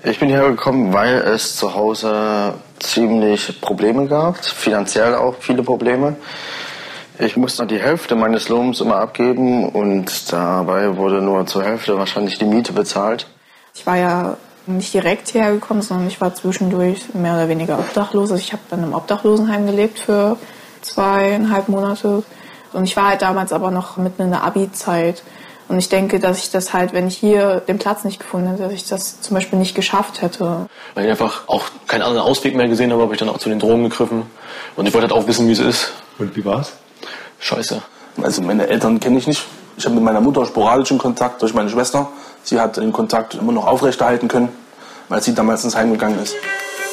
Ich bin hierher gekommen, weil es zu Hause ziemlich Probleme gab, finanziell auch viele Probleme. Ich musste die Hälfte meines Lohns immer abgeben und dabei wurde nur zur Hälfte wahrscheinlich die Miete bezahlt. Ich war ja nicht direkt hierher gekommen, sondern ich war zwischendurch mehr oder weniger obdachlos. Also ich habe dann im Obdachlosenheim gelebt für 2,5 Monate. Und ich war halt damals aber noch mitten in der Abi-Zeit. Und ich denke, dass ich das halt, wenn ich hier den Platz nicht gefunden hätte, dass ich das zum Beispiel nicht geschafft hätte. Weil ich einfach auch keinen anderen Ausweg mehr gesehen habe ich dann auch zu den Drogen gegriffen. Und ich wollte halt auch wissen, wie es ist. Und wie war's? Scheiße. Also meine Eltern kenne ich nicht. Ich habe mit meiner Mutter sporadischen Kontakt durch meine Schwester. Sie hat den Kontakt immer noch aufrechterhalten können, weil sie damals ins Heim gegangen ist.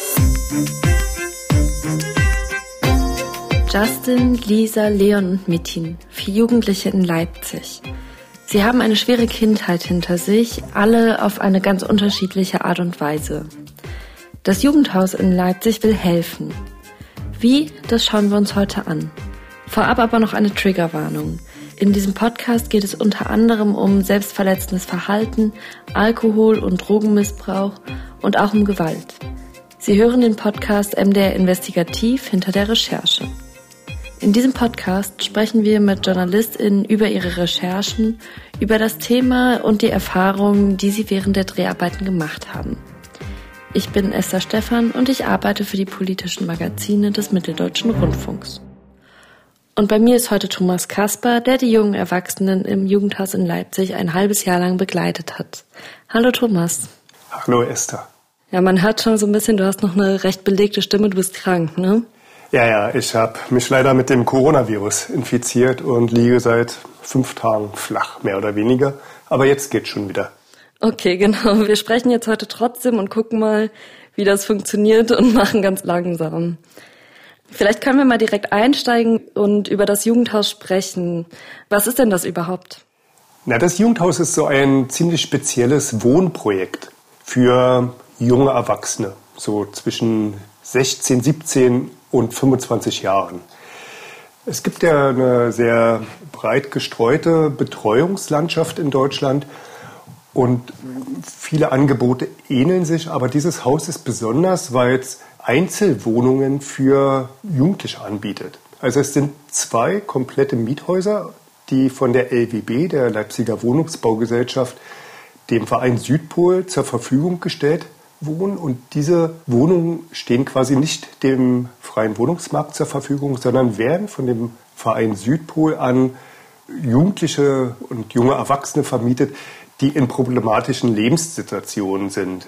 Justin, Lisa, Leon und Metin, 4 Jugendliche in Leipzig. Sie haben eine schwere Kindheit hinter sich, alle auf eine ganz unterschiedliche Art und Weise. Das Jugendhaus in Leipzig will helfen. Wie? Das schauen wir uns heute an. Vorab aber noch eine Triggerwarnung. In diesem Podcast geht es unter anderem um selbstverletzendes Verhalten, Alkohol- und Drogenmissbrauch und auch um Gewalt. Sie hören den Podcast MDR Investigativ hinter der Recherche. In diesem Podcast sprechen wir mit JournalistInnen über ihre Recherchen, über das Thema und die Erfahrungen, die sie während der Dreharbeiten gemacht haben. Ich bin Esther Stephan und ich arbeite für die politischen Magazine des Mitteldeutschen Rundfunks. Und bei mir ist heute Thomas Kasper, der die jungen Erwachsenen im Jugendhaus in Leipzig ein halbes Jahr lang begleitet hat. Hallo Thomas. Hallo Esther. Ja, man hört schon so ein bisschen, du hast noch eine recht belegte Stimme, du bist krank, ne? Ja, ich habe mich leider mit dem Coronavirus infiziert und liege seit 5 Tagen flach, mehr oder weniger. Aber jetzt geht's schon wieder. Okay, genau. Wir sprechen jetzt heute trotzdem und gucken mal, wie das funktioniert und machen ganz langsam. Vielleicht können wir mal direkt einsteigen und über das Jugendhaus sprechen. Was ist denn das überhaupt? Na, das Jugendhaus ist so ein ziemlich spezielles Wohnprojekt für junge Erwachsene, so zwischen 16, 17 und 25 Jahren. Es gibt ja eine sehr breit gestreute Betreuungslandschaft in Deutschland und viele Angebote ähneln sich, aber dieses Haus ist besonders, weil es Einzelwohnungen für Jugendliche anbietet. Also es sind 2 komplette Miethäuser, die von der LWB, der Leipziger Wohnungsbaugesellschaft, dem Verein Südpol zur Verfügung gestellt wohnen. Und diese Wohnungen stehen quasi nicht dem freien Wohnungsmarkt zur Verfügung, sondern werden von dem Verein Südpol an Jugendliche und junge Erwachsene vermietet, die in problematischen Lebenssituationen sind.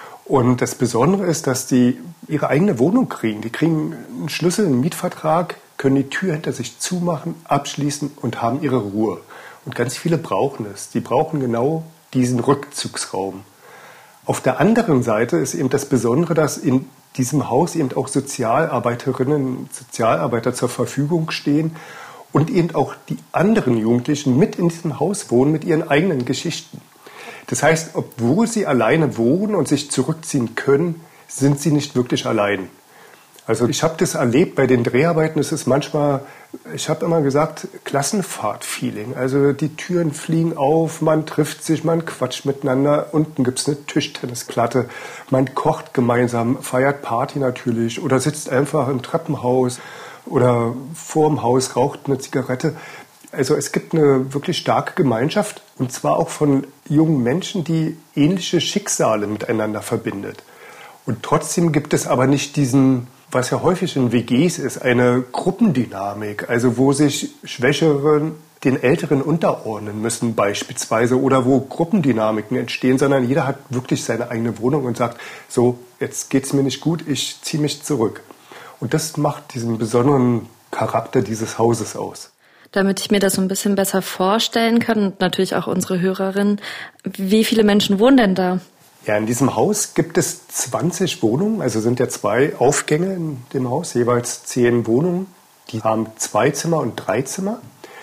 Und das Besondere ist, dass die ihre eigene Wohnung kriegen. Die kriegen einen Schlüssel, einen Mietvertrag, können die Tür hinter sich zumachen, abschließen und haben ihre Ruhe. Und ganz viele brauchen es. Die brauchen genau diesen Rückzugsraum. Auf der anderen Seite ist eben das Besondere, dass in diesem Haus eben auch Sozialarbeiterinnen und Sozialarbeiter zur Verfügung stehen und eben auch die anderen Jugendlichen mit in diesem Haus wohnen mit ihren eigenen Geschichten. Das heißt, obwohl sie alleine wohnen und sich zurückziehen können, sind sie nicht wirklich allein. Also ich habe das erlebt bei den Dreharbeiten, es ist manchmal, ich habe immer gesagt, Klassenfahrt-Feeling. Also die Türen fliegen auf, man trifft sich, man quatscht miteinander, unten gibt es eine Tischtennisplatte, man kocht gemeinsam, feiert Party natürlich oder sitzt einfach im Treppenhaus oder vorm Haus, raucht eine Zigarette. Also es gibt eine wirklich starke Gemeinschaft und zwar auch von jungen Menschen, die ähnliche Schicksale miteinander verbindet. Und trotzdem gibt es aber nicht diesen, was ja häufig in WGs ist, eine Gruppendynamik, also wo sich Schwächeren den Älteren unterordnen müssen beispielsweise oder wo Gruppendynamiken entstehen, sondern jeder hat wirklich seine eigene Wohnung und sagt, so, jetzt geht's mir nicht gut, ich ziehe mich zurück. Und das macht diesen besonderen Charakter dieses Hauses aus. Damit ich mir das so ein bisschen besser vorstellen kann und natürlich auch unsere Hörerinnen, wie viele Menschen wohnen denn da? Ja, in diesem Haus gibt es 20 Wohnungen, also sind ja 2 Aufgänge in dem Haus, jeweils 10 Wohnungen. Die haben 2 Zimmer und 3 Zimmer.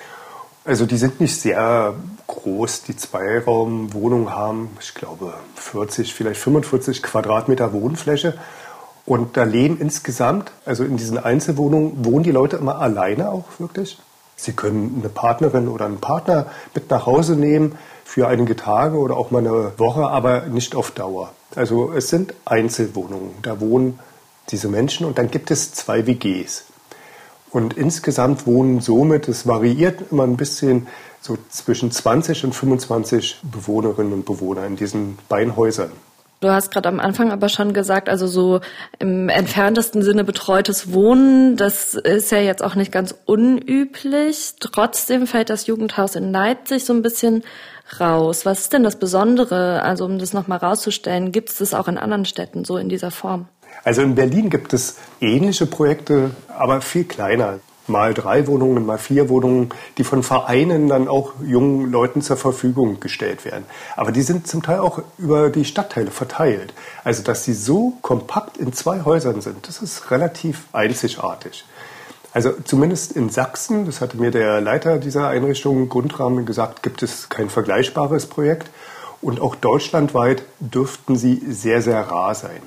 Also die sind nicht sehr groß. Die Zweiraumwohnungen haben, ich glaube, 40, vielleicht 45 Quadratmeter Wohnfläche. Und da leben insgesamt, also in diesen Einzelwohnungen, wohnen die Leute immer alleine auch wirklich. Sie können eine Partnerin oder einen Partner mit nach Hause nehmen für einige Tage oder auch mal eine Woche, aber nicht auf Dauer. Also es sind Einzelwohnungen, da wohnen diese Menschen und dann gibt es 2 WGs. Und insgesamt wohnen somit, es variiert immer ein bisschen, so zwischen 20 und 25 Bewohnerinnen und Bewohner in diesen beiden Häusern. Du hast gerade am Anfang aber schon gesagt, also so im entferntesten Sinne betreutes Wohnen, das ist ja jetzt auch nicht ganz unüblich. Trotzdem fällt das Jugendhaus in Leipzig so ein bisschen raus. Was ist denn das Besondere, also um das nochmal rauszustellen, gibt es das auch in anderen Städten so in dieser Form? Also in Berlin gibt es ähnliche Projekte, aber viel kleiner. Mal 3 Wohnungen, mal 4 Wohnungen, die von Vereinen dann auch jungen Leuten zur Verfügung gestellt werden. Aber die sind zum Teil auch über die Stadtteile verteilt. Also dass sie so kompakt in 2 Häusern sind, das ist relativ einzigartig. Also zumindest in Sachsen, das hatte mir der Leiter dieser Einrichtung Grundrahmen gesagt, gibt es kein vergleichbares Projekt. Und auch deutschlandweit dürften sie sehr, sehr rar sein.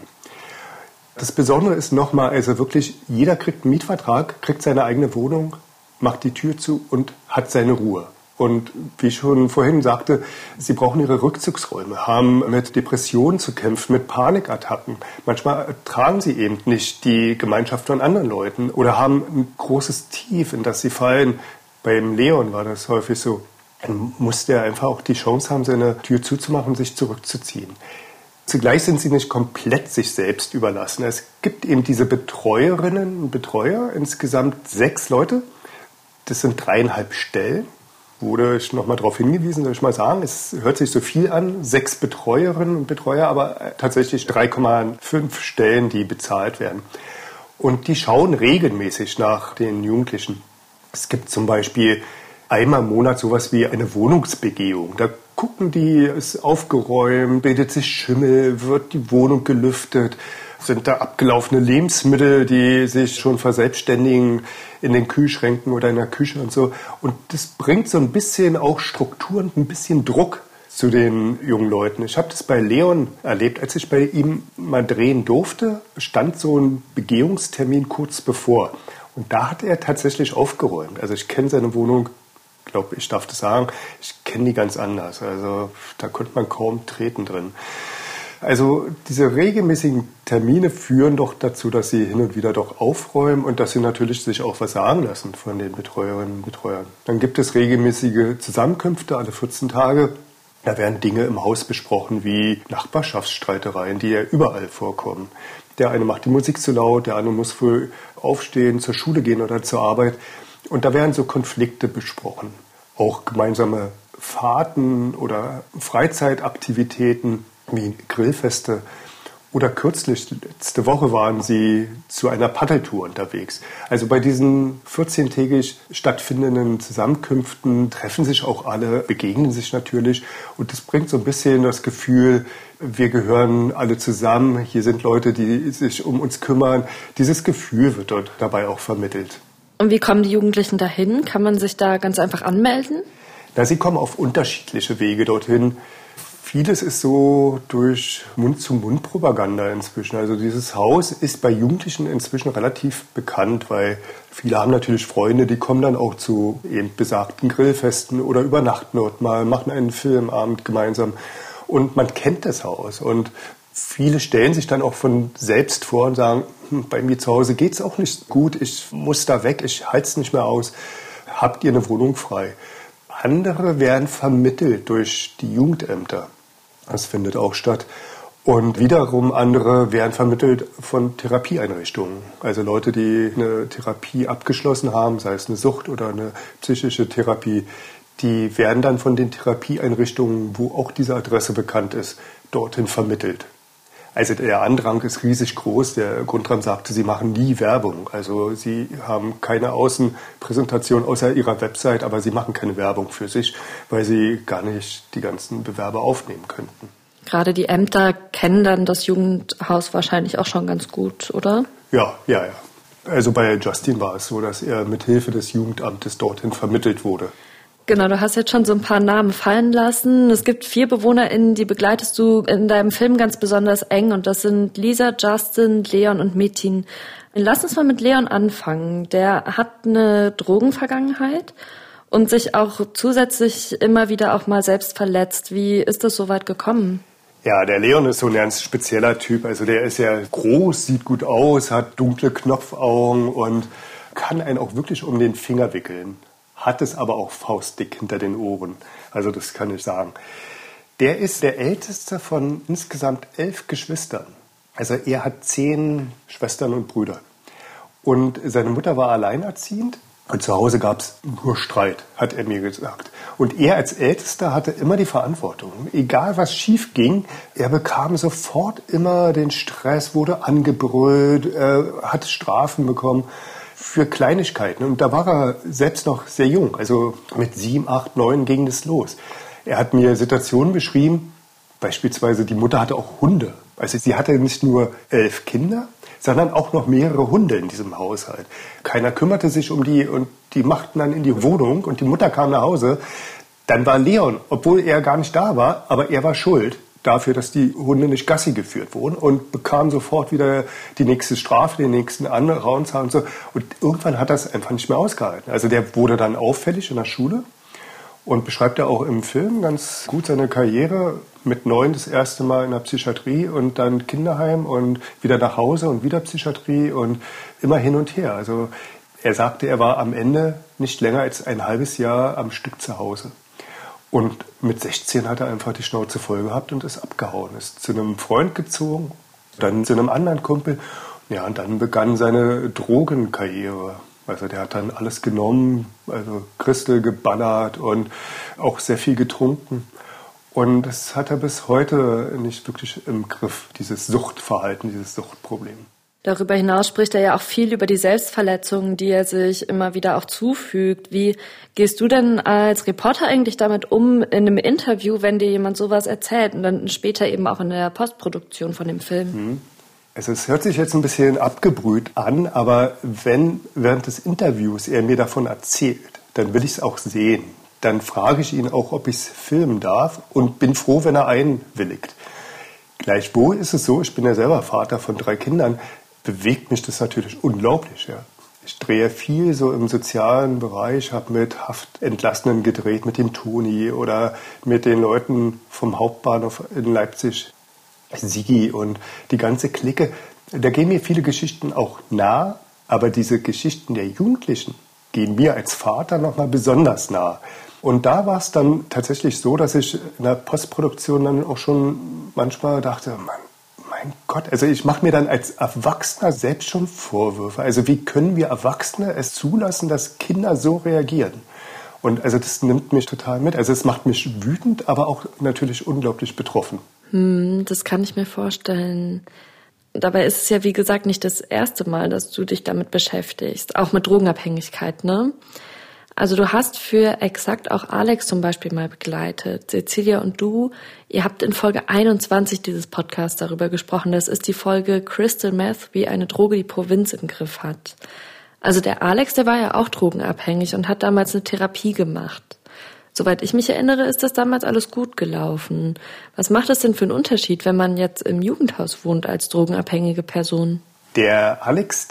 Das Besondere ist nochmal, also wirklich, jeder kriegt einen Mietvertrag, kriegt seine eigene Wohnung, macht die Tür zu und hat seine Ruhe. Und wie ich schon vorhin sagte, sie brauchen ihre Rückzugsräume, haben mit Depressionen zu kämpfen, mit Panikattacken. Manchmal tragen sie eben nicht die Gemeinschaft von anderen Leuten oder haben ein großes Tief, in das sie fallen. Beim Leon war das häufig so. Dann musste er einfach auch die Chance haben, seine Tür zuzumachen und sich zurückzuziehen. Zugleich sind sie nicht komplett sich selbst überlassen. Es gibt eben diese Betreuerinnen und Betreuer, insgesamt 6 Leute. Das sind 3,5 Stellen. Wurde ich noch mal darauf hingewiesen, soll ich mal sagen. Es hört sich so viel an, 6 Betreuerinnen und Betreuer, aber tatsächlich 3,5 Stellen, die bezahlt werden. Und die schauen regelmäßig nach den Jugendlichen. Es gibt zum Beispiel einmal im Monat sowas wie eine Wohnungsbegehung. Da gucken die, ist aufgeräumt, bildet sich Schimmel, wird die Wohnung gelüftet, sind da abgelaufene Lebensmittel, die sich schon verselbstständigen in den Kühlschränken oder in der Küche und so. Und das bringt so ein bisschen auch Struktur und ein bisschen Druck zu den jungen Leuten. Ich habe das bei Leon erlebt, als ich bei ihm mal drehen durfte, stand so ein Begehungstermin kurz bevor. Und da hat er tatsächlich aufgeräumt. Also ich kenne seine Wohnung, ich glaube, ich darf das sagen, ich kenne die ganz anders. Also da konnte man kaum treten drin. Also diese regelmäßigen Termine führen doch dazu, dass sie hin und wieder doch aufräumen und dass sie natürlich sich auch was sagen lassen von den Betreuerinnen und Betreuern. Dann gibt es regelmäßige Zusammenkünfte alle 14 Tage. Da werden Dinge im Haus besprochen wie Nachbarschaftsstreitereien, die ja überall vorkommen. Der eine macht die Musik zu laut, der andere muss früh aufstehen, zur Schule gehen oder zur Arbeit. Und da werden so Konflikte besprochen. Auch gemeinsame Fahrten oder Freizeitaktivitäten wie Grillfeste. Oder kürzlich, letzte Woche, waren sie zu einer Paddeltour unterwegs. Also bei diesen 14-tägig stattfindenden Zusammenkünften treffen sich auch alle, begegnen sich natürlich. Und das bringt so ein bisschen das Gefühl, wir gehören alle zusammen. Hier sind Leute, die sich um uns kümmern. Dieses Gefühl wird dort dabei auch vermittelt. Und wie kommen die Jugendlichen dahin? Kann man sich da ganz einfach anmelden? Na, sie kommen auf unterschiedliche Wege dorthin. Vieles ist so durch Mund-zu-Mund-Propaganda inzwischen. Also dieses Haus ist bei Jugendlichen inzwischen relativ bekannt, weil viele haben natürlich Freunde, die kommen dann auch zu eben besagten Grillfesten oder übernachten dort mal, machen einen Filmabend gemeinsam. Und man kennt das Haus. Und viele stellen sich dann auch von selbst vor und sagen, bei mir zu Hause geht's auch nicht gut, ich muss da weg, ich halte es nicht mehr aus. Habt ihr eine Wohnung frei? Andere werden vermittelt durch die Jugendämter. Das findet auch statt. Und wiederum andere werden vermittelt von Therapieeinrichtungen. Also Leute, die eine Therapie abgeschlossen haben, sei es eine Sucht oder eine psychische Therapie, die werden dann von den Therapieeinrichtungen, wo auch diese Adresse bekannt ist, dorthin vermittelt. Also der Andrang ist riesig groß. Der Grundrahmen sagte, sie machen nie Werbung. Also sie haben keine Außenpräsentation außer ihrer Website, aber sie machen keine Werbung für sich, weil sie gar nicht die ganzen Bewerber aufnehmen könnten. Gerade die Ämter kennen dann das Jugendhaus wahrscheinlich auch schon ganz gut, oder? Ja. Also bei Justin war es so, dass er mit Hilfe des Jugendamtes dorthin vermittelt wurde. Genau, du hast jetzt schon so ein paar Namen fallen lassen. Es gibt 4 BewohnerInnen, die begleitest du in deinem Film ganz besonders eng. Und das sind Lisa, Justin, Leon und Metin. Lass uns mal mit Leon anfangen. Der hat eine Drogenvergangenheit und sich auch zusätzlich immer wieder auch mal selbst verletzt. Wie ist das so weit gekommen? Ja, der Leon ist so ein ganz spezieller Typ. Also der ist ja groß, sieht gut aus, hat dunkle Knopfaugen und kann einen auch wirklich um den Finger wickeln. Hat es aber auch faustdick hinter den Ohren. Also das kann ich sagen. Der ist der älteste von insgesamt 11 Geschwistern. Also er hat 10 Schwestern und Brüder. Und seine Mutter war alleinerziehend. Und zu Hause gab es nur Streit, hat er mir gesagt. Und er als Ältester hatte immer die Verantwortung. Egal was schief ging, er bekam sofort immer den Stress, wurde angebrüllt, hat Strafen bekommen für Kleinigkeiten. Und da war er selbst noch sehr jung. Also mit 7, 8, 9 ging das los. Er hat mir Situationen beschrieben, beispielsweise die Mutter hatte auch Hunde. Also sie hatte nicht nur 11 Kinder, sondern auch noch mehrere Hunde in diesem Haushalt. Keiner kümmerte sich um die und die machten dann in die Wohnung und die Mutter kam nach Hause. Dann war Leon, obwohl er gar nicht da war, aber er war schuld dafür, dass die Hunde nicht Gassi geführt wurden und bekam sofort wieder die nächste Strafe, den nächsten Raunzahl und so. Und irgendwann hat das einfach nicht mehr ausgehalten. Also der wurde dann auffällig in der Schule. Und beschreibt er auch im Film ganz gut seine Karriere. Mit 9 das erste Mal in der Psychiatrie und dann Kinderheim und wieder nach Hause und wieder Psychiatrie und immer hin und her. Also er sagte, er war am Ende nicht länger als ein halbes Jahr am Stück zu Hause. Und mit 16 hat er einfach die Schnauze voll gehabt und ist abgehauen. Ist zu einem Freund gezogen, dann zu einem anderen Kumpel. Ja, und dann begann seine Drogenkarriere. Also der hat dann alles genommen, also Crystal geballert und auch sehr viel getrunken. Und das hat er bis heute nicht wirklich im Griff, dieses Suchtverhalten, dieses Suchtproblem. Darüber hinaus spricht er ja auch viel über die Selbstverletzungen, die er sich immer wieder auch zufügt. Wie gehst du denn als Reporter eigentlich damit um in einem Interview, wenn dir jemand sowas erzählt und dann später eben auch in der Postproduktion von dem Film? Also es hört sich jetzt ein bisschen abgebrüht an, aber wenn während des Interviews er mir davon erzählt, dann will ich es auch sehen. Dann frage ich ihn auch, ob ich es filmen darf und bin froh, wenn er einwilligt. Gleichwohl ist es so, ich bin ja selber Vater von 3 Kindern, bewegt mich das natürlich unglaublich. Ja. Ich drehe viel so im sozialen Bereich, habe mit Haftentlassenen gedreht, mit dem Toni oder mit den Leuten vom Hauptbahnhof in Leipzig, Sigi und die ganze Clique. Da gehen mir viele Geschichten auch nah, aber diese Geschichten der Jugendlichen gehen mir als Vater nochmal besonders nah. Und da war es dann tatsächlich so, dass ich in der Postproduktion dann auch schon manchmal dachte, mein Gott, also ich mache mir dann als Erwachsener selbst schon Vorwürfe. Also wie können wir Erwachsene es zulassen, dass Kinder so reagieren? Und also das nimmt mich total mit. Also es macht mich wütend, aber auch natürlich unglaublich betroffen. Das kann ich mir vorstellen. Dabei ist es ja, wie gesagt, nicht das erste Mal, dass du dich damit beschäftigst. Auch mit Drogenabhängigkeit, ne? Also du hast für Exakt auch Alex zum Beispiel mal begleitet. Cecilia und du, ihr habt in Folge 21 dieses Podcasts darüber gesprochen. Das ist die Folge Crystal Meth, wie eine Droge die Provinz im Griff hat. Also der Alex, der war ja auch drogenabhängig und hat damals eine Therapie gemacht. Soweit ich mich erinnere, ist das damals alles gut gelaufen. Was macht es denn für einen Unterschied, wenn man jetzt im Jugendhaus wohnt als drogenabhängige Person? Der Alex,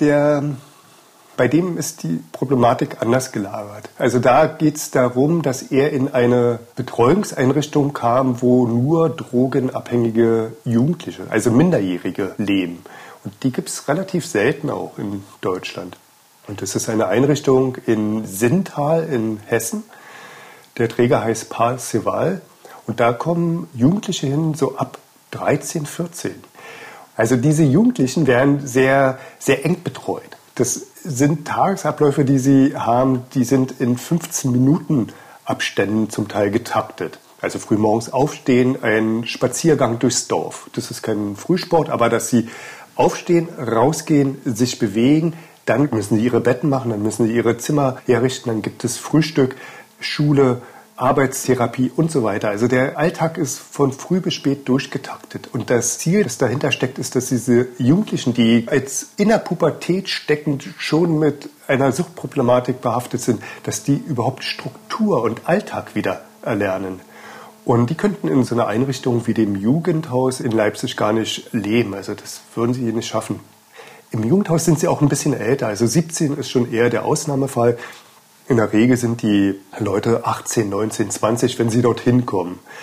bei dem ist die Problematik anders gelagert. Also da geht es darum, dass er in eine Betreuungseinrichtung kam, wo nur drogenabhängige Jugendliche, also Minderjährige, leben. Und die gibt es relativ selten auch in Deutschland. Und das ist eine Einrichtung in Sinntal in Hessen. Der Träger heißt Parseval. Und da kommen Jugendliche hin, so ab 13, 14. Also diese Jugendlichen werden sehr, sehr eng betreut. Das sind Tagesabläufe, die sie haben, die sind in 15 Minuten Abständen zum Teil getaktet. Also frühmorgens aufstehen, ein Spaziergang durchs Dorf. Das ist kein Frühsport, aber dass sie aufstehen, rausgehen, sich bewegen, dann müssen sie ihre Betten machen, dann müssen sie ihre Zimmer herrichten, dann gibt es Frühstück, Schule, Arbeitstherapie und so weiter. Also der Alltag ist von früh bis spät durchgetaktet. Und das Ziel, das dahinter steckt, ist, dass diese Jugendlichen, die als in der Pubertät steckend schon mit einer Suchtproblematik behaftet sind, dass die überhaupt Struktur und Alltag wieder erlernen. Und die könnten in so einer Einrichtung wie dem Jugendhaus in Leipzig gar nicht leben. Also das würden sie nicht schaffen. Im Jugendhaus sind sie auch ein bisschen älter. Also 17 ist schon eher der Ausnahmefall. In der Regel sind die Leute 18, 19, 20, wenn sie dorthin kommen.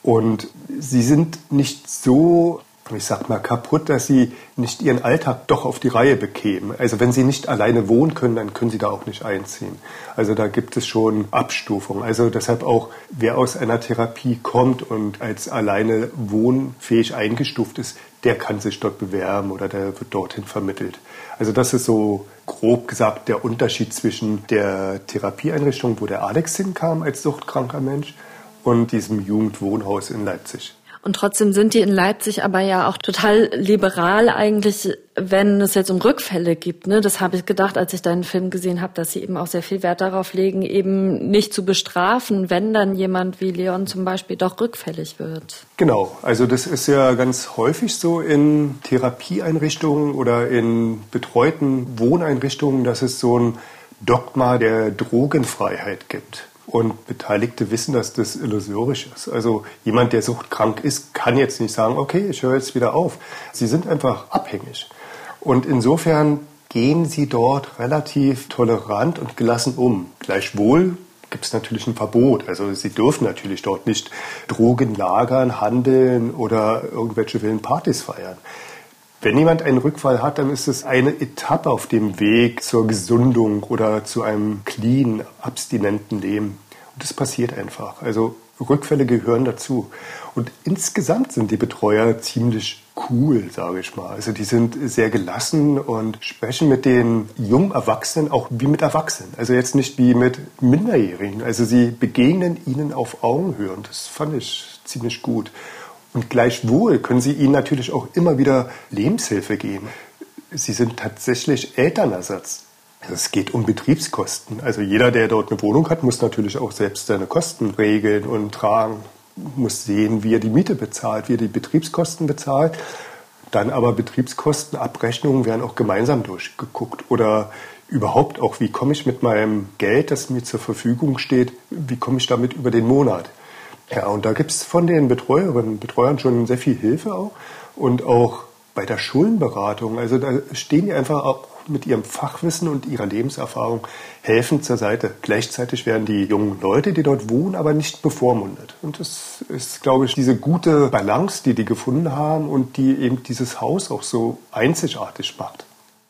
Und sie sind nicht so, ich sag mal, kaputt, dass sie nicht ihren Alltag doch auf die Reihe bekämen. Also wenn sie nicht alleine wohnen können, dann können sie da auch nicht einziehen. Also da gibt es schon Abstufungen. Also deshalb auch, wer aus einer Therapie kommt und als alleine wohnfähig eingestuft ist, der kann sich dort bewerben oder der wird dorthin vermittelt. Also das ist so grob gesagt der Unterschied zwischen der Therapieeinrichtung, wo der Alex hinkam als suchtkranker Mensch, und diesem Jugendwohnhaus in Leipzig. Und trotzdem sind die in Leipzig aber ja auch total liberal eigentlich, wenn es jetzt um Rückfälle gibt. Ne? Das habe ich gedacht, als ich deinen Film gesehen habe, dass sie eben auch sehr viel Wert darauf legen, eben nicht zu bestrafen, wenn dann jemand wie Leon zum Beispiel doch rückfällig wird. Genau, also das ist ja ganz häufig so in Therapieeinrichtungen oder in betreuten Wohneinrichtungen, dass es so ein Dogma der Drogenfreiheit gibt. Und Beteiligte wissen, dass das illusorisch ist. Also jemand, der suchtkrank ist, kann jetzt nicht sagen, okay, ich höre jetzt wieder auf. Sie sind einfach abhängig. Und insofern gehen sie dort relativ tolerant und gelassen um. Gleichwohl gibt es natürlich ein Verbot. Also sie dürfen natürlich dort nicht Drogen lagern, handeln oder irgendwelche wilden Partys feiern. Wenn jemand einen Rückfall hat, dann ist es eine Etappe auf dem Weg zur Gesundung oder zu einem clean, abstinenten Leben. Und das passiert einfach. Also Rückfälle gehören dazu. Und insgesamt sind die Betreuer ziemlich cool, sage ich mal. Also die sind sehr gelassen und sprechen mit den jungen Erwachsenen auch wie mit Erwachsenen. Also jetzt nicht wie mit Minderjährigen. Also sie begegnen ihnen auf Augenhöhe. Und das fand ich ziemlich gut. Und gleichwohl können Sie ihnen natürlich auch immer wieder Lebenshilfe geben. Sie sind tatsächlich Elternersatz. Es geht um Betriebskosten. Also jeder, der dort eine Wohnung hat, muss natürlich auch selbst seine Kosten regeln und tragen. Muss sehen, wie er die Miete bezahlt, wie er die Betriebskosten bezahlt. Dann aber Betriebskostenabrechnungen werden auch gemeinsam durchgeguckt. Oder überhaupt auch, wie komme ich mit meinem Geld, das mir zur Verfügung steht, wie komme ich damit über den Monat? Ja, und da gibt es von den Betreuerinnen und Betreuern schon sehr viel Hilfe auch. Und auch bei der Schuldenberatung. Also da stehen die einfach auch mit ihrem Fachwissen und ihrer Lebenserfahrung helfend zur Seite. Gleichzeitig werden die jungen Leute, die dort wohnen, aber nicht bevormundet. Und das ist, glaube ich, diese gute Balance, die gefunden haben und die eben dieses Haus auch so einzigartig macht.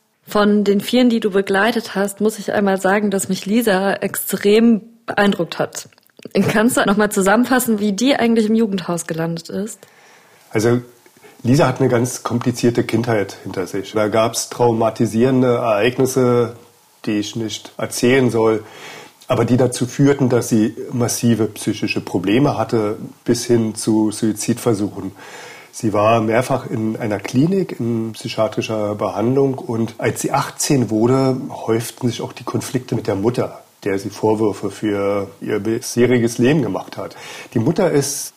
Von den vielen, die du begleitet hast, muss ich einmal sagen, dass mich Lisa extrem beeindruckt hat. Kannst du nochmal zusammenfassen, wie die eigentlich im Jugendhaus gelandet ist? Also Lisa hat eine ganz komplizierte Kindheit hinter sich. Da gab es traumatisierende Ereignisse, die ich nicht erzählen soll, aber die dazu führten, dass sie massive psychische Probleme hatte, bis hin zu Suizidversuchen. Sie war mehrfach in einer Klinik in psychiatrischer Behandlung und als sie 18 wurde, häuften sich auch die Konflikte mit der Mutter, der sie Vorwürfe für ihr bisheriges Leben gemacht hat. Die Mutter ist,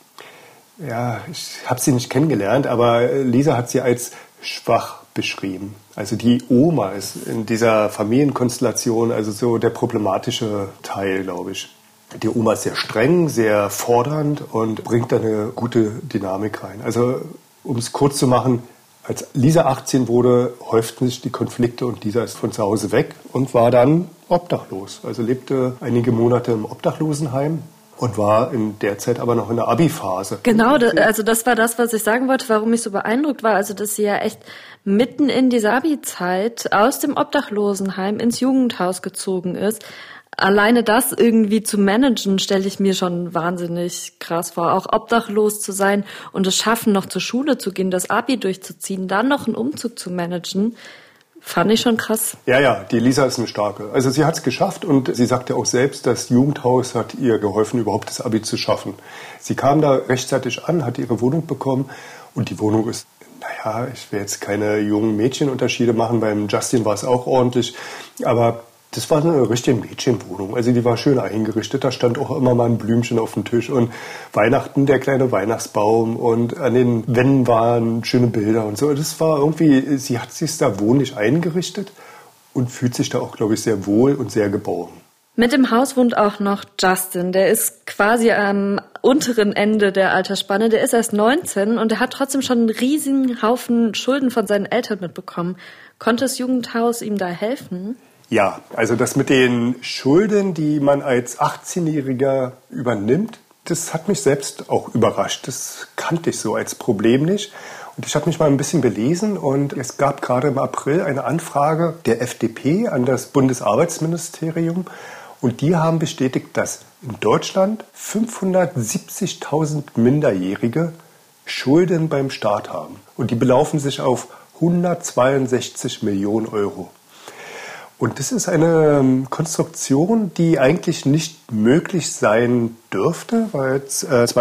ja, ich habe sie nicht kennengelernt, aber Lisa hat sie als schwach beschrieben. Also die Oma ist in dieser Familienkonstellation also so der problematische Teil, glaube ich. Die Oma ist sehr streng, sehr fordernd und bringt da eine gute Dynamik rein. Also um es kurz zu machen, als Lisa 18 wurde, häuften sich die Konflikte und Lisa ist von zu Hause weg und war dann obdachlos. Also lebte einige Monate im Obdachlosenheim und war in der Zeit aber noch in der Abi-Phase. Genau, also das war das, was ich sagen wollte, warum ich so beeindruckt war. Also dass sie ja echt mitten in dieser Abi-Zeit aus dem Obdachlosenheim ins Jugendhaus gezogen ist. Alleine das irgendwie zu managen, stelle ich mir schon wahnsinnig krass vor. Auch obdachlos zu sein und es schaffen, noch zur Schule zu gehen, das Abi durchzuziehen, dann noch einen Umzug zu managen, fand ich schon krass. Ja, die Lisa ist eine starke. Also sie hat es geschafft und sie sagte auch selbst, das Jugendhaus hat ihr geholfen, überhaupt das Abi zu schaffen. Sie kam da rechtzeitig an, hat ihre Wohnung bekommen und die Wohnung ist, naja, ich will jetzt keine jungen Mädchenunterschiede machen, beim Justin war es auch ordentlich, aber das war eine richtige Mädchenwohnung. Also die war schön eingerichtet. Da stand auch immer mal ein Blümchen auf dem Tisch und Weihnachten, der kleine Weihnachtsbaum und an den Wänden waren schöne Bilder und so. Das war irgendwie, sie hat sich da wohnlich eingerichtet und fühlt sich da auch, glaube ich, sehr wohl und sehr geborgen. Mit dem Haus wohnt auch noch Justin. Der ist quasi am unteren Ende der Altersspanne. Der ist erst 19 und der hat trotzdem schon einen riesigen Haufen Schulden von seinen Eltern mitbekommen. Konnte das Jugendhaus ihm da helfen? Ja, also das mit den Schulden, die man als 18-Jähriger übernimmt, Das hat mich selbst auch überrascht. Das kannte ich so als Problem nicht. Und ich habe mich mal ein bisschen belesen und es gab gerade im April eine Anfrage der FDP an das Bundesarbeitsministerium. Und die haben bestätigt, dass in Deutschland 570.000 Minderjährige Schulden beim Staat haben. Und die belaufen sich auf 162 Millionen Euro. Und das ist eine Konstruktion, die eigentlich nicht möglich sein dürfte, weil es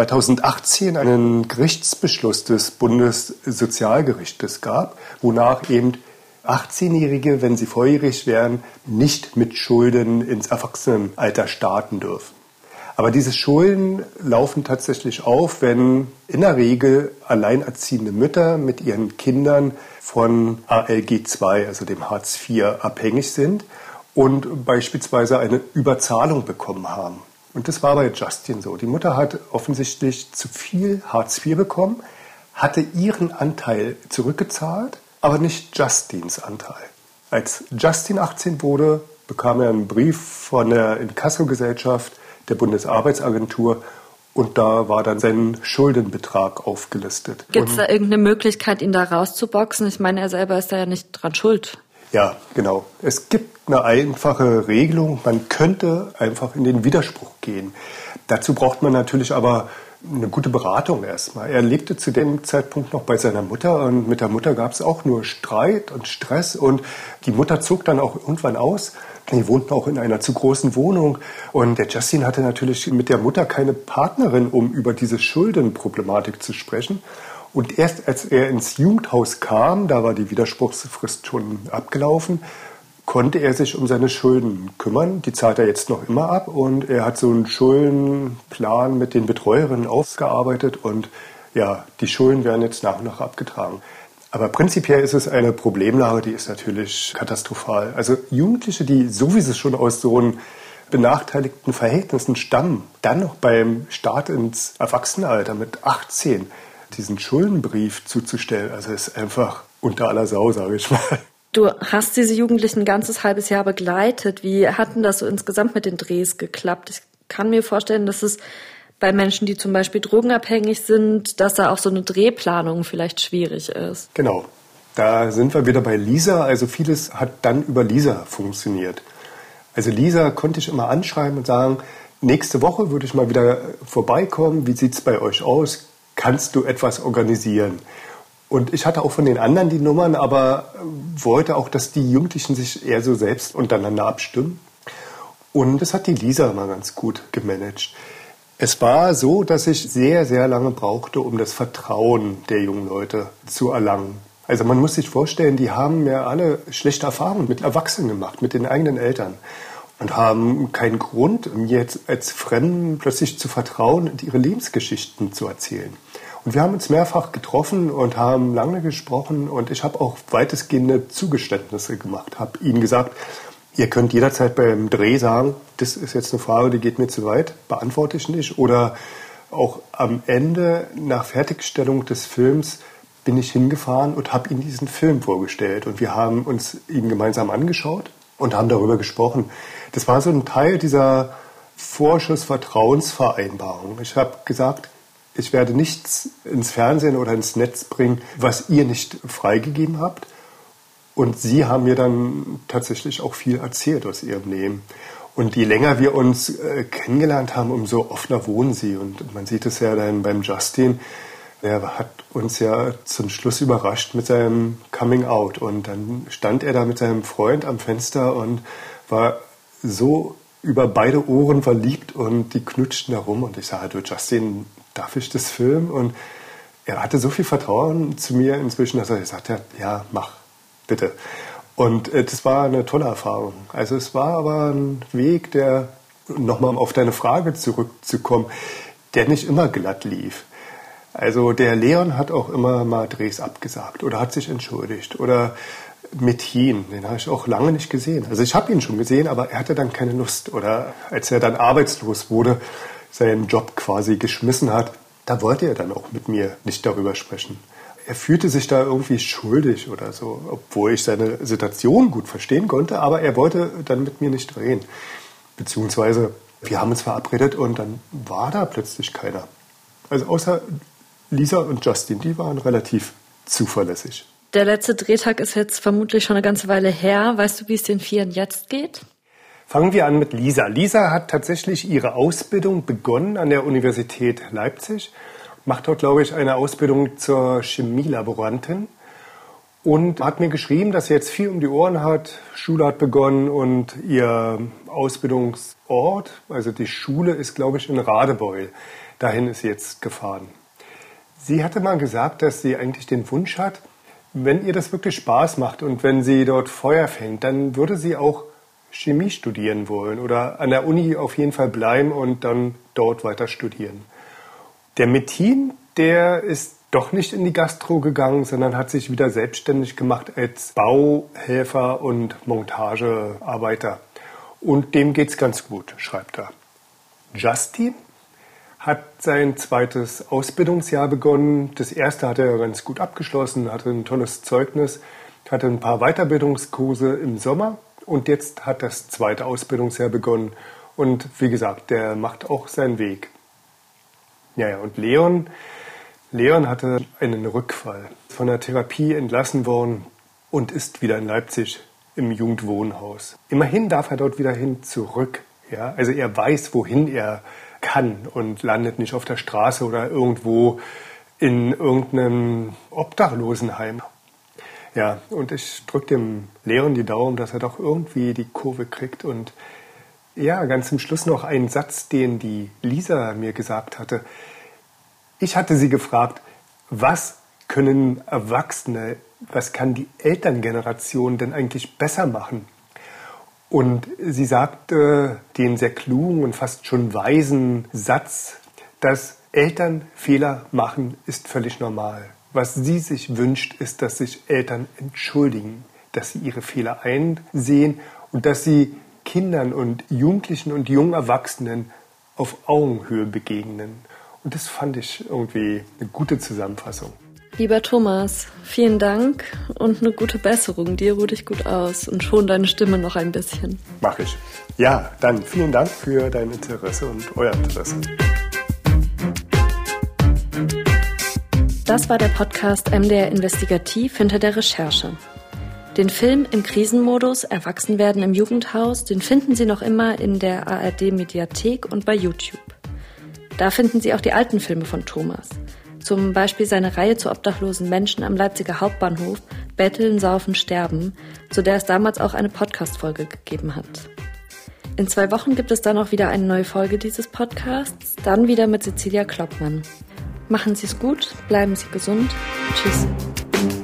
2018 einen Gerichtsbeschluss des Bundessozialgerichtes gab, wonach eben 18-Jährige, wenn sie volljährig wären, nicht mit Schulden ins Erwachsenenalter starten dürfen. Aber diese Schulden laufen tatsächlich auf, wenn in der Regel alleinerziehende Mütter mit ihren Kindern von ALG II, also dem Hartz IV, abhängig sind und beispielsweise eine Überzahlung bekommen haben. Und das war bei Justin so. Die Mutter hat offensichtlich zu viel Hartz IV bekommen, hatte ihren Anteil zurückgezahlt, aber nicht Justins Anteil. Als Justin 18 wurde, bekam er einen Brief von der Inkassogesellschaft der Bundesarbeitsagentur und da war dann sein Schuldenbetrag aufgelistet. Gibt es da irgendeine Möglichkeit, ihn da rauszuboxen? Ich meine, er selber ist da ja nicht dran schuld. Ja, genau. Es gibt eine einfache Regelung. Man könnte einfach in den Widerspruch gehen. Dazu braucht man natürlich aber eine gute Beratung erstmal. Er lebte zu dem Zeitpunkt noch bei seiner Mutter und mit der Mutter gab es auch nur Streit und Stress und die Mutter zog dann auch irgendwann aus. Die wohnten auch in einer zu großen Wohnung und der Justin hatte natürlich mit der Mutter keine Partnerin, um über diese Schuldenproblematik zu sprechen. Und erst als er ins Jugendhaus kam, da war die Widerspruchsfrist schon abgelaufen, konnte er sich um seine Schulden kümmern. Die zahlt er jetzt noch immer ab und er hat so einen Schuldenplan mit den Betreuerinnen ausgearbeitet und ja, die Schulden werden jetzt nach und nach abgetragen. Aber prinzipiell ist es eine Problemlage, die ist natürlich katastrophal. Also Jugendliche, die sowieso schon aus so einem benachteiligten Verhältnissen stammen, dann noch beim Start ins Erwachsenenalter mit 18 diesen Schuldenbrief zuzustellen, also ist einfach unter aller Sau, sage ich mal. Du hast diese Jugendlichen ein ganzes halbes Jahr begleitet. Wie hat denn das so insgesamt mit den Drehs geklappt? Ich kann mir vorstellen, dass es bei Menschen, die zum Beispiel drogenabhängig sind, dass da auch so eine Drehplanung vielleicht schwierig ist. Genau, da sind wir wieder bei Lisa. Also vieles hat dann über Lisa funktioniert. Also Lisa konnte ich immer anschreiben und sagen, nächste Woche würde ich mal wieder vorbeikommen. Wie sieht es bei euch aus? Kannst du etwas organisieren? Und ich hatte auch von den anderen die Nummern, aber wollte auch, dass die Jugendlichen sich eher so selbst untereinander abstimmen. Und das hat die Lisa mal ganz gut gemanagt. Es war so, dass ich sehr, sehr lange brauchte, um das Vertrauen der jungen Leute zu erlangen. Also man muss sich vorstellen, die haben ja alle schlechte Erfahrungen mit Erwachsenen gemacht, mit den eigenen Eltern. Und haben keinen Grund, mir jetzt als Fremden plötzlich zu vertrauen und ihre Lebensgeschichten zu erzählen. Und wir haben uns mehrfach getroffen und haben lange gesprochen und ich habe auch weitestgehende Zugeständnisse gemacht. Habe ihnen gesagt, ihr könnt jederzeit beim Dreh sagen, das ist jetzt eine Frage, die geht mir zu weit, beantworte ich nicht. Oder auch am Ende, nach Fertigstellung des Films, bin ich hingefahren und habe ihnen diesen Film vorgestellt. Und wir haben uns ihn gemeinsam angeschaut und haben darüber gesprochen. Das war so ein Teil dieser Vorschussvertrauensvereinbarung. Ich habe gesagt, ich werde nichts ins Fernsehen oder ins Netz bringen, was ihr nicht freigegeben habt. Und sie haben mir dann tatsächlich auch viel erzählt aus ihrem Leben. Und je länger wir uns kennengelernt haben, umso offener wohnen sie. Und man sieht es ja dann beim Justin, der hat uns ja zum Schluss überrascht mit seinem Coming Out. Und dann stand er da mit seinem Freund am Fenster und war so über beide Ohren verliebt und die knutschten da rum. Und ich sage, du Justin, darf ich das filmen? Und er hatte so viel Vertrauen zu mir inzwischen, dass er gesagt hat, ja, mach, bitte. Und das war eine tolle Erfahrung. Also es war aber ein Weg, der, nochmal auf deine Frage zurückzukommen, der nicht immer glatt lief. Also der Leon hat auch immer mal Drehs abgesagt oder hat sich entschuldigt. Oder Metin, den habe ich auch lange nicht gesehen. Also ich habe ihn schon gesehen, aber er hatte dann keine Lust. Oder als er dann arbeitslos wurde, seinen Job quasi geschmissen hat, da wollte er dann auch mit mir nicht darüber sprechen. Er fühlte sich da irgendwie schuldig oder so, obwohl ich seine Situation gut verstehen konnte, aber er wollte dann mit mir nicht drehen. Beziehungsweise Wir haben uns verabredet und dann war da plötzlich keiner. Also außer Lisa und Justin, die waren relativ zuverlässig. Der letzte Drehtag ist jetzt vermutlich schon eine ganze Weile her. Weißt du, wie es den Vieren jetzt geht? Fangen wir an mit Lisa. Lisa hat tatsächlich ihre Ausbildung begonnen an der Universität Leipzig. Macht dort, glaube ich, eine Ausbildung zur Chemielaborantin. Und hat mir geschrieben, dass sie jetzt viel um die Ohren hat. Schule hat begonnen und ihr Ausbildungsort, also die Schule, ist, glaube ich, in Radebeul. Dahin ist sie jetzt gefahren. Sie hatte mal gesagt, dass sie eigentlich den Wunsch hat, wenn ihr das wirklich Spaß macht und wenn sie dort Feuer fängt, dann würde sie auch Chemie studieren wollen oder an der Uni auf jeden Fall bleiben und dann dort weiter studieren. Der Metin, der ist doch nicht in die Gastro gegangen, sondern hat sich wieder selbstständig gemacht als Bauhelfer und Montagearbeiter. Und dem geht's ganz gut, schreibt er. Justin hat sein zweites Ausbildungsjahr begonnen. Das erste hat er ganz gut abgeschlossen, hatte ein tolles Zeugnis, hatte ein paar Weiterbildungskurse im Sommer und jetzt hat das zweite Ausbildungsjahr begonnen. Und wie gesagt, der macht auch seinen Weg. Ja, und Leon hatte einen Rückfall, von der Therapie entlassen worden und ist wieder in Leipzig im Jugendwohnhaus. Immerhin darf er dort wieder hin zurück. Ja? Also er weiß, wohin er kann und landet nicht auf der Straße oder irgendwo in irgendeinem Obdachlosenheim. Ja, und ich drücke dem Leon die Daumen, dass er doch irgendwie die Kurve kriegt. Und ja, ganz zum Schluss noch einen Satz, den die Lisa mir gesagt hatte. Ich hatte sie gefragt, was können Erwachsene, was kann die Elterngeneration denn eigentlich besser machen? Und sie sagte den sehr klugen und fast schon weisen Satz, dass Eltern Fehler machen, ist völlig normal. Was sie sich wünscht, ist, dass sich Eltern entschuldigen, dass sie ihre Fehler einsehen und dass sie Kindern und Jugendlichen und jungen Erwachsenen auf Augenhöhe begegnen. Und das fand ich irgendwie eine gute Zusammenfassung. Lieber Thomas, vielen Dank und eine gute Besserung. Dir ruh dich gut aus und schon deine Stimme noch ein bisschen. Mach ich. Ja, dann vielen Dank für dein Interesse und euer Interesse. Das war der Podcast MDR Investigativ hinter der Recherche. Den Film im Krisenmodus Erwachsenwerden im Jugendhaus, den finden Sie noch immer in der ARD-Mediathek und bei YouTube. Da finden Sie auch die alten Filme von Thomas. Zum Beispiel seine Reihe zu obdachlosen Menschen am Leipziger Hauptbahnhof Betteln, Saufen, Sterben, zu der es damals auch eine Podcast-Folge gegeben hat. In 2 Wochen gibt es dann auch wieder eine neue Folge dieses Podcasts, dann wieder mit Cecilia Kloppmann. Machen Sie es gut, bleiben Sie gesund. Tschüss.